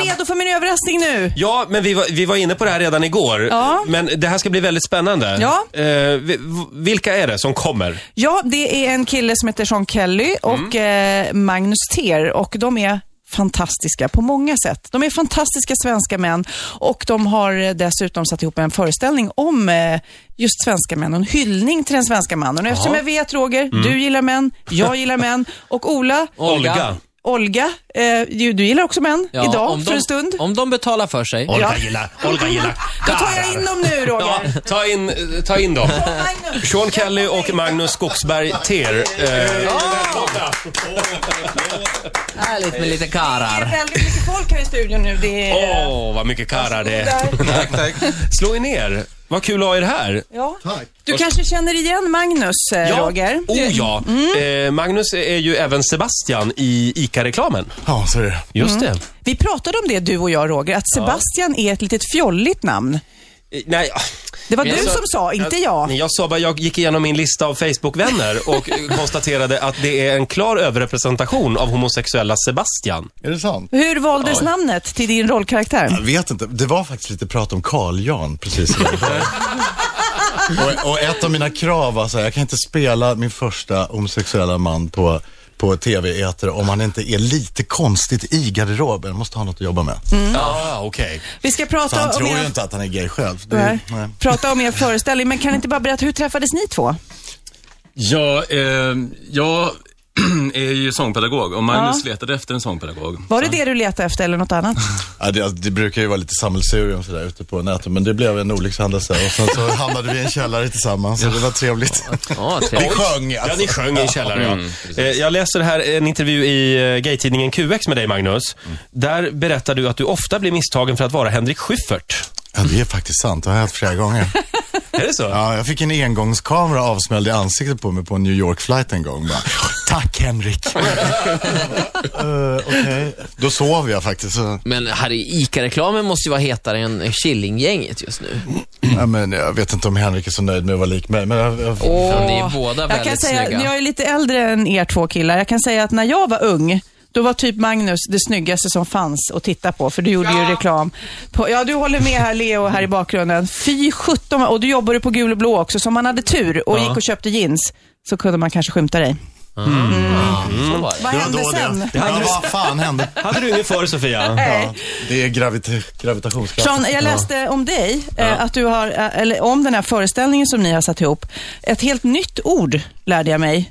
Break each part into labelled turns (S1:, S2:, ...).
S1: redo för min överraskning nu?
S2: Ja, men vi var inne på det här redan igår.
S1: Ja.
S2: Men det här ska bli väldigt spännande.
S1: Ja.
S2: Vilka är det som kommer?
S1: Ja, det är en kille som heter Sean Kelly och Magnus Ter. Och de är fantastiska på många sätt. De är fantastiska svenska män och de har dessutom satt ihop en föreställning om just svenska män och en hyllning till den svenska mannen. Och eftersom jag vet, Roger, du gillar män, jag gillar män och Olga, du gillar också män idag för en stund.
S3: Om de betalar för sig.
S2: Olga gillar.
S1: Då tar jag in dem nu, Roger.
S2: Ja, ta in dem. Sean Kelly och Magnus Skogsberg Ter.
S3: Härligt med lite karar.
S1: Det är väldigt mycket folk här i studion nu.
S2: Vad mycket karar det är. Tack. Slå er ner. Vad kul att ha er här.
S1: Ja. Du kanske känner igen Magnus, Roger?
S2: Ja. Magnus är ju även Sebastian i ICA-reklamen.
S4: Ja, så är det.
S2: Just det.
S1: Vi pratade om det, du och jag, Roger, att Sebastian är ett litet fjolligt namn.
S2: Nej.
S1: Det var du som sa, inte jag.
S2: Jag sa bara, jag gick igenom min lista av Facebook-vänner och konstaterade att det är en klar överrepresentation av homosexuella Sebastian.
S4: Är det sant?
S1: Hur valdes namnet till din rollkaraktär?
S4: Jag vet inte. Det var faktiskt lite prat om Carl Jan precis. och ett av mina krav var så här, jag kan inte spela min första homosexuella man på tv-äter om han inte är lite konstigt i garderoben. Jag måste ha något att jobba med.
S2: Okej.
S1: Vi ska prata
S4: han
S1: om
S4: tror ju inte att han är gay själv.
S1: Nej. Prata om er föreställning, men kan ni inte bara berätta, hur träffades ni två?
S5: Ja, jag är ju sångpedagog och Magnus letade efter en sångpedagog.
S1: Var det du letade efter eller något annat?
S4: Ja, det brukar ju vara lite sammelsurium sådär ute på nätet, men det blev en olyckshändelse och sen så hamnade vi i en källare tillsammans så det var trevligt. Vi sjöng.
S2: Ja, ni sjöng i en källare, Jag läser här en intervju i gaytidningen QX med dig, Magnus. Där berättar du att du ofta blir misstagen för att vara Henrik Schyffert.
S4: Ja, det är faktiskt sant. Det har jag haft flera gånger.
S2: Är det så?
S4: Ja, jag fick en engångskamera avsmälld i ansiktet på mig på en New York-flight en gång. Bara, tack Henrik. Okej. Då sov jag faktiskt.
S3: Men Harry, ICA-reklamen måste ju vara hetare än Killinggänget just nu.
S4: Ja, men jag vet inte om Henrik är så nöjd med att vara lik mig. Men
S3: ni är båda väldigt snygga.
S1: Jag är lite äldre än er två killar. Jag kan säga att när jag var ung, då var typ Magnus det snyggaste som fanns att titta på. För du gjorde ju reklam. Du håller med här, Leo, här i bakgrunden. Fy 17, och du jobbade på Gul och Blå också. Så om man hade tur och gick och köpte jeans så kunde man kanske skymta dig. Vad hände sen?
S4: Vad fan hände?
S2: Hade du inget för, Sofia?
S4: Ja, det är gravitationskraft.
S1: Sean, jag läste om dig, att du har, eller om den här föreställningen som ni har satt ihop. Ett helt nytt ord lärde jag mig.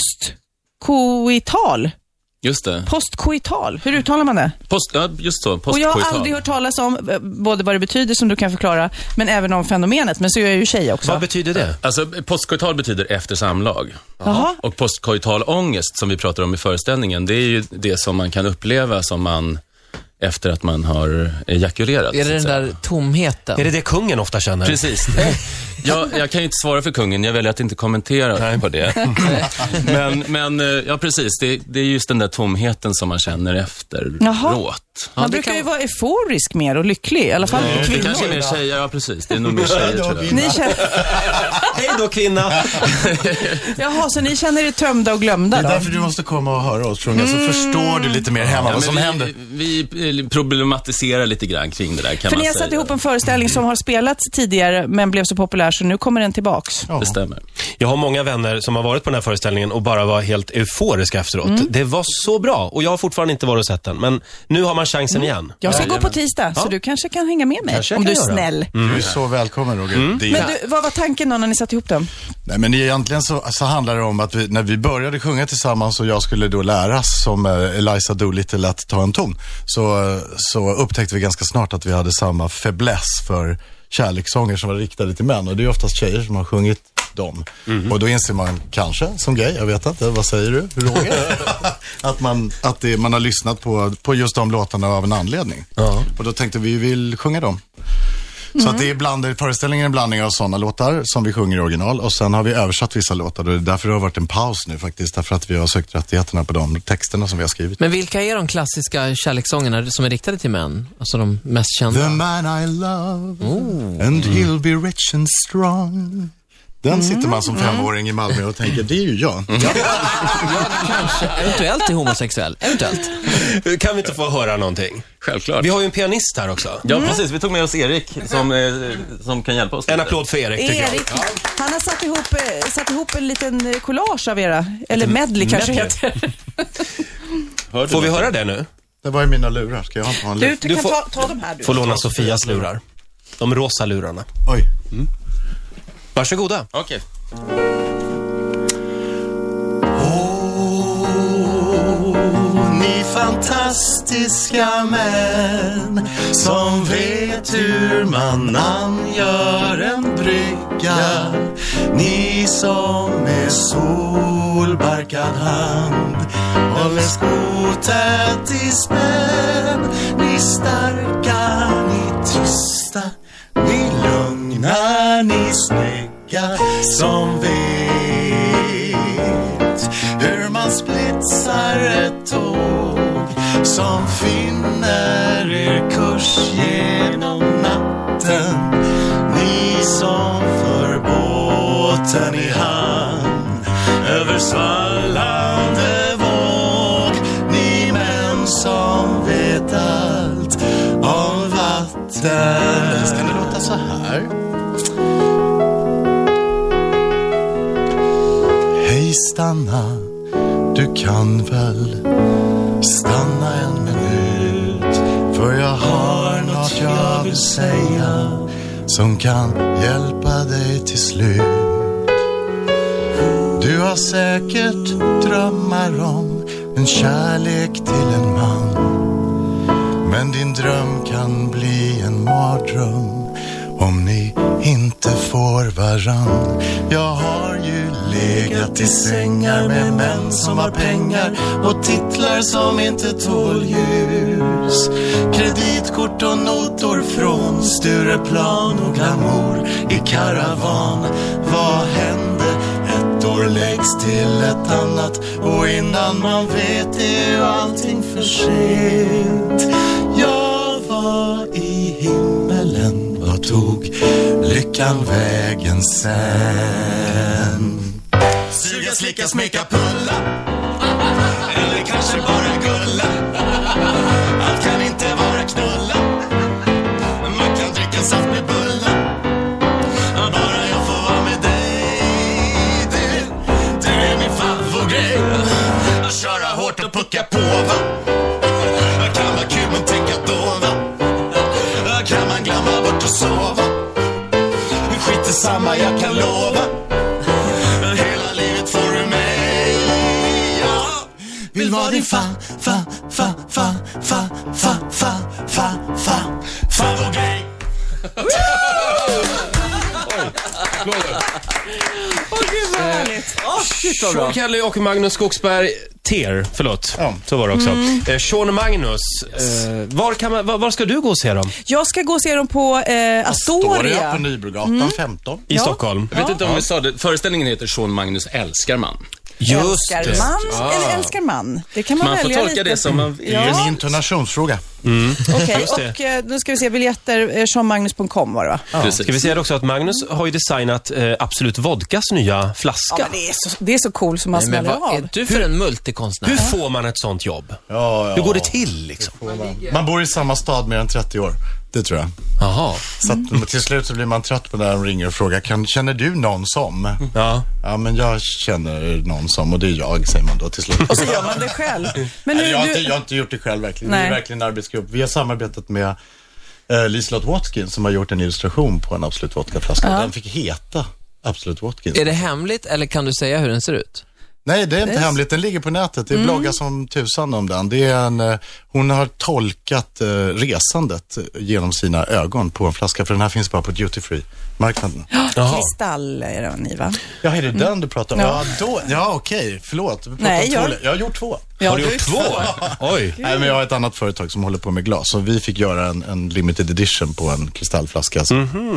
S1: Postkoital.
S5: Just det.
S1: Postkoital. Hur uttalar man det?
S5: Just så.
S1: Och jag har aldrig hört talas om både vad det betyder, som du kan förklara, men även om fenomenet. Men så är jag ju tjej också.
S2: Vad betyder det?
S5: Alltså, postkoital betyder efter samlag.
S1: Jaha.
S5: Och postkoital ångest som vi pratar om i föreställningen, det är ju det som man kan uppleva som man efter att man har ejakulerat.
S3: Är det den där tomheten?
S2: Är det kungen ofta känner?
S5: Precis. Jag kan ju inte svara för kungen. Jag väljer att inte kommentera på det. men ja, precis. Det är just den där tomheten som man känner efteråt.
S1: Man brukar ju vara euforisk mer och lycklig. I alla fall kvinnor.
S5: Det kanske är mer tjejer, ja precis. Det är nog mer tjejer, tror jag.
S1: Ni känner...
S2: Hej då, kvinna!
S1: Jaha, så ni känner er tömda och glömda då?
S4: Det är därför du måste komma och höra oss, tror jag. Så förstår du lite mer hemma vad som händer.
S5: Vi problematiserar lite grann kring det där, kan
S1: för
S5: man
S1: ni har
S5: säga.
S1: satt ihop en föreställning som har spelats tidigare men blev så populär så nu kommer den tillbaks.
S5: Det stämmer.
S2: Jag har många vänner som har varit på den här föreställningen och bara var helt euforiska efteråt. Det var så bra och jag har fortfarande inte varit och sett den. Men nu har man chansen igen.
S1: Jag ska gå på tisdag så du kanske kan hänga med mig om du är snäll.
S4: Du är så välkommen, Roger.
S1: Men du, vad var tanken då när ni satt ihop dem?
S4: Nej, men egentligen så handlar det om att när vi började sjunga tillsammans och jag skulle då läras som Eliza Doolittle att ta en ton, så upptäckte vi ganska snart att vi hade samma fäbless för kärlekssånger som var riktade till män, och det är oftast tjejer som har sjungit dem. Och då inser man kanske som gay, jag vet inte, vad säger du, Roger? att man har lyssnat på just de låtarna av en anledning. Och då tänkte vi vill sjunga dem. Så att det är föreställningen är en blandning av sådana låtar som vi sjunger i original, och sen har vi översatt vissa låtar, och det är därför det har varit en paus nu faktiskt, därför att vi har sökt rättigheterna på de texterna som vi har skrivit.
S3: Men vilka är de klassiska kärlekssångerna som är riktade till män? Alltså de mest kända?
S4: The man I love, and he'll be rich and strong. Den sitter man som 5-åring i Malmö och tänker, det är ju jag.
S3: Jag kanske eventuellt är homosexuell. Eventuellt.
S2: Kan vi inte få höra någonting?
S5: Självklart.
S2: Vi har ju en pianist här också.
S5: Ja, precis. Vi tog med oss Erik som kan hjälpa oss.
S2: En applåd för Erik, tycker jag.
S1: Erik, han har satt ihop en liten collage av era, eller medley kanske heter.
S2: Får vi höra det nu?
S4: Det var ju mina lurar. Ska jag ha en lur?
S1: Du kan ta de här. Du
S2: får låna Sofias lurar. De rosa lurarna.
S4: Oj.
S2: Varsågoda.
S5: Okej.
S4: Ni fantastiska män som vet hur man angör en brygga. Ni som med solbarkad hand håller skotet i spänn. Ni starka, ni tysta, ni lugna, ni snygga som vet hur man splitsar ett tåg som finner er kurs genom natten. Ni som för båten i hamn över svallande våg. Ni män som vet allt om vatten. Ska det låta så här? Hej, stanna. Du kan väl stanna en minut, för jag har något jag vill säga som kan hjälpa dig till slut. Du har säkert drömmar om en kärlek till en man, men din dröm kan bli en mardröm om ni inte får varann. Jag har ju legat i sängar med män som har pengar och titlar som inte tål ljus. Kreditkort och notor från Stureplan och glamour i karavan. Vad hände? Ett år läggs till ett annat och innan man vet är ju allting för sent. Jag var i himmelen, vad tog lyckan vägen sen? Suga, slicka, smeka, pulla, eller kanske bara gulla. Allt kan inte vara knulla, man kan dricka saft med bulla. Bara jag får vara med dig, du är min favorit. Att köra hårt och pucka på, va? Kan vara kul men tänka då, va? Kan man glömma bort och sova? Skit i samma, jag kan lova. Hela livet får du mig. Jag vill vara din favorit.
S1: Åh gud vad härligt.
S2: Sean Kelly och Magnus Skogsberg. Så var det också. Sean och Magnus, var ska du gå och se dem?
S1: Jag ska gå och se dem på Astoria
S4: på Nybrogatan 15
S2: i Stockholm.
S5: Jag vet inte om vi sa det. Föreställningen heter Sean Magnus älskar man.
S2: Just
S1: älskar
S2: det.
S1: man eller älskar man? Det kan man välja
S5: får tolka
S1: lite.
S5: det som man vill.
S4: Det är en intonationsfråga.
S1: Okej, och nu ska vi se biljetter, seanmagnus.com var det, va?
S2: Ja. Ska vi säga också att Magnus har ju designat Absolut Vodkas nya flaska.
S1: Ja, men det är så cool som man smäller av.
S3: Vad är du för en multikonstnär?
S2: Hur får man ett sånt jobb? Hur går det till liksom?
S4: Man bor i samma stad mer än 30 år. Det tror jag.
S2: Jaha.
S4: Så att till slut så blir man trött på när de ringer och frågar, känner du någon som?
S2: Ja.
S4: Ja, men jag känner någon som, och det är jag, säger man då till slut.
S1: Och så gör man det själv. Men
S4: jag har inte gjort det själv verkligen.
S1: Nej.
S4: Det är verkligen en arbetsgrupp. Vi har samarbetat med Liselott Watkins som har gjort en illustration på en Absolut Vodka-flaska. Den fick heta Absolut Watkins.
S3: Är det hemligt eller kan du säga hur den ser ut?
S4: Nej, det är inte hemligt. Den ligger på nätet. Det är bloggar som tusan om den. Det är hon har tolkat resandet genom sina ögon på en flaska. För den här finns bara på duty-free-marknaden.
S1: Kristall är det, ni, va?
S4: Ja, är det den du pratar om? Ja, okej. Förlåt.
S1: Nej,
S4: jag har gjort 2.
S2: Har du gjort 2? Oj.
S4: Nej, men jag har ett annat företag som håller på med glas. Så vi fick göra en limited edition på en kristallflaska.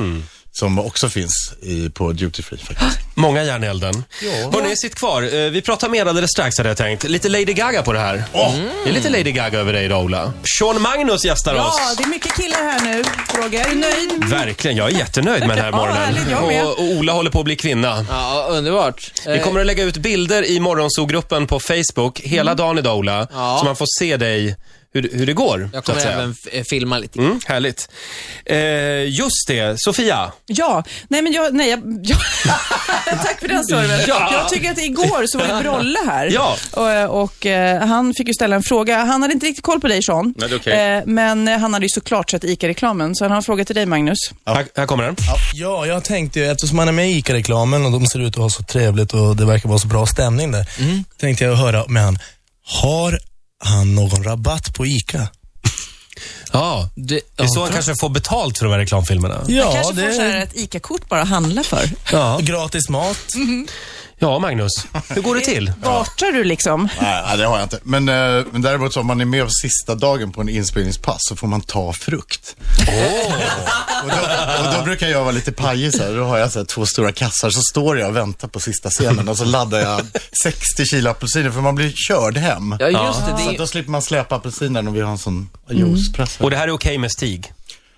S4: som också finns på Duty Free faktiskt.
S2: Många järn i elden. Hörrni, sitt kvar. Vi pratar mer alldeles strax, hade jag tänkt. Lite Lady Gaga på det här. Det är lite Lady Gaga över dig idag, Ola. Sean Magnus gästar oss.
S1: Ja, det är mycket killar här nu. Roger, är du nöjd?
S2: Verkligen, jag är jättenöjd med den här morgonen.
S1: Härligt, jag med.
S2: Och Ola håller på att bli kvinna.
S3: Ja, underbart.
S2: Vi kommer att lägga ut bilder i Morgonzoo-gruppen på Facebook hela dagen idag, Ola. Så man får se dig hur det går.
S3: Jag kommer även filma lite.
S2: Härligt. Just det, Sofia.
S1: Ja, tack för den serven. Jag tycker att igår så var det Brolle här.
S2: Ja.
S1: Och han fick ju ställa en fråga. Han hade inte riktigt koll på dig, Sean.
S5: Nej, det är okej.
S1: Men han hade ju såklart sett ICA-reklamen. Så han har en fråga till dig, Magnus.
S2: Här kommer den.
S6: Ja, jag tänkte, eftersom man är med i ICA-reklamen och de ser ut att ha så trevligt och det verkar vara så bra stämning där, tänkte jag höra med han. Har han någon rabatt på ICA?
S2: Ja, det är så han kanske får betalt för de här reklamfilmerna.
S1: Ja, han kanske får så här ett ICA-kort bara handla för.
S2: Ja.
S6: Gratis mat.
S2: Ja, Magnus. Hur går det till?
S1: Vartar du liksom?
S4: Nej, det har jag inte. Men däremot så om man är med på sista dagen på en inspelningspass så får man ta frukt. Och då brukar jag vara lite pajig så här. Då har jag så här 2 stora kassar, så står jag och väntar på sista scenen och så laddar jag 60 kilo apelsiner för man blir körd hem.
S3: Ja, just det.
S4: Så då slipper man släpa apelsiner när vi har en sån juicepress.
S2: Och det här är okej med Stig?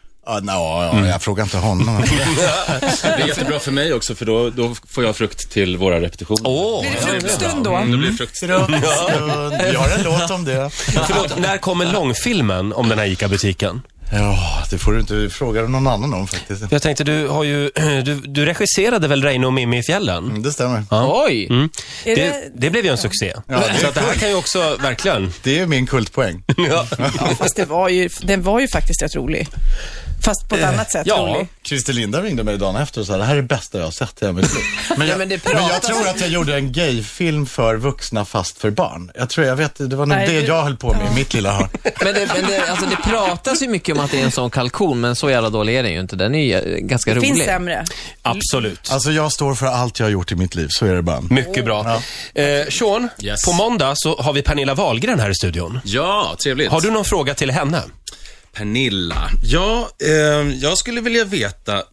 S4: Jag frågar inte honom.
S5: Det är jättebra för mig också, för då får jag frukt till våra repetitioner.
S1: Blir det fruktstund då?
S5: Det blir fruktstund.
S4: Vi har en låt om det.
S2: Förlåt, när kommer långfilmen om den här ICA-butiken?
S4: Ja, det får du inte fråga någon annan om faktiskt.
S2: Jag tänkte, du regisserade väl Reine och Mimmi i fjällen?
S4: Det stämmer.
S2: Ja.
S3: Oj!
S2: Det blev ju en succé. Så att det här kan ju också verkligen...
S4: Det är min kultpoäng.
S2: Ja.
S1: Fast den var ju faktiskt rätt rolig. Fast på ett annat sätt rolig.
S4: Christer Linda ringde mig dagen efter och sa, det här är det bästa jag har sett i hela mitt liv. Men jag tror att jag gjorde en gayfilm för vuxna fast för barn. Jag vet, det var nog jag höll på med i mitt lilla hörn.
S3: Men det pratas ju mycket om att det är en sån kalkon, men så jävla dålig är den ju inte. Den är ju ganska rolig.
S1: Det finns sämre.
S2: Absolut.
S4: Alltså jag står för allt jag har gjort i mitt liv, så är det bara.
S2: Mycket bra. Sean, på måndag så har vi Pernilla Wahlgren här i studion.
S5: Ja, trevligt.
S2: Har du någon fråga till henne?
S5: Pernilla. Ja, jag skulle vilja veta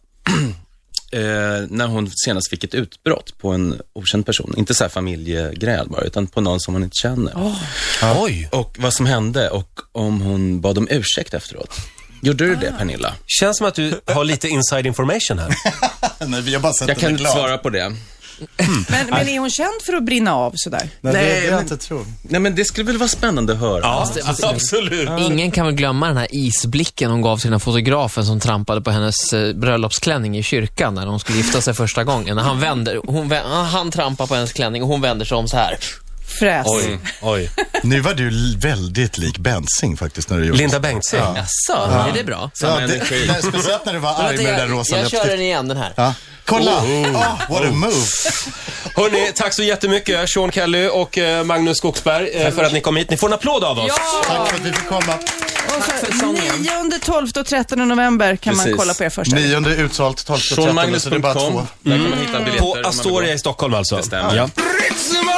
S5: när hon senast fick ett utbrott på en okänd person. Inte så här familjegräl bara, utan på någon som hon inte känner.
S2: Oj.
S5: Och vad som hände och om hon bad om ursäkt efteråt. Gjorde du det, Pernilla?
S2: Känns som att du har lite inside information här.
S4: Nej, vi har bara sett
S5: Jag kan inte svara på det.
S1: Men är hon känd för att brinna av sådär?
S4: Nej, det är jag inte tror.
S5: Nej, men det skulle väl vara spännande att höra.
S2: Ja, absolut.
S3: Ingen kan väl glömma den här isblicken hon gav till den här fotografen som trampade på hennes bröllopsklänning i kyrkan när de skulle gifta sig första gången. När han trampar på hennes klänning och hon vänder sig om så här.
S1: Fräs.
S2: Oj.
S4: Nu var du väldigt lik Bensing faktiskt när du gjorde
S2: Linda Bengtzing.
S3: Jaså, är det bra?
S4: Speciellt när du var arg med den rosa
S3: jag kör den igen, den här.
S4: Ja. Kolla! What a move!
S2: Hörrni, tack så jättemycket Sean Kelly och Magnus Skogsberg för att ni kom hit. Ni får en applåd av oss.
S1: Ja!
S4: Tack för att vi fick komma.
S1: Och så 9, 12 och 13 november kan man kolla på er första.
S4: 9 utsålt, 12 och 13, så det är bara 2.
S5: Där kan man hitta biljetter.
S2: På Astoria i Stockholm alltså.
S5: Det stämmer.
S2: Ja.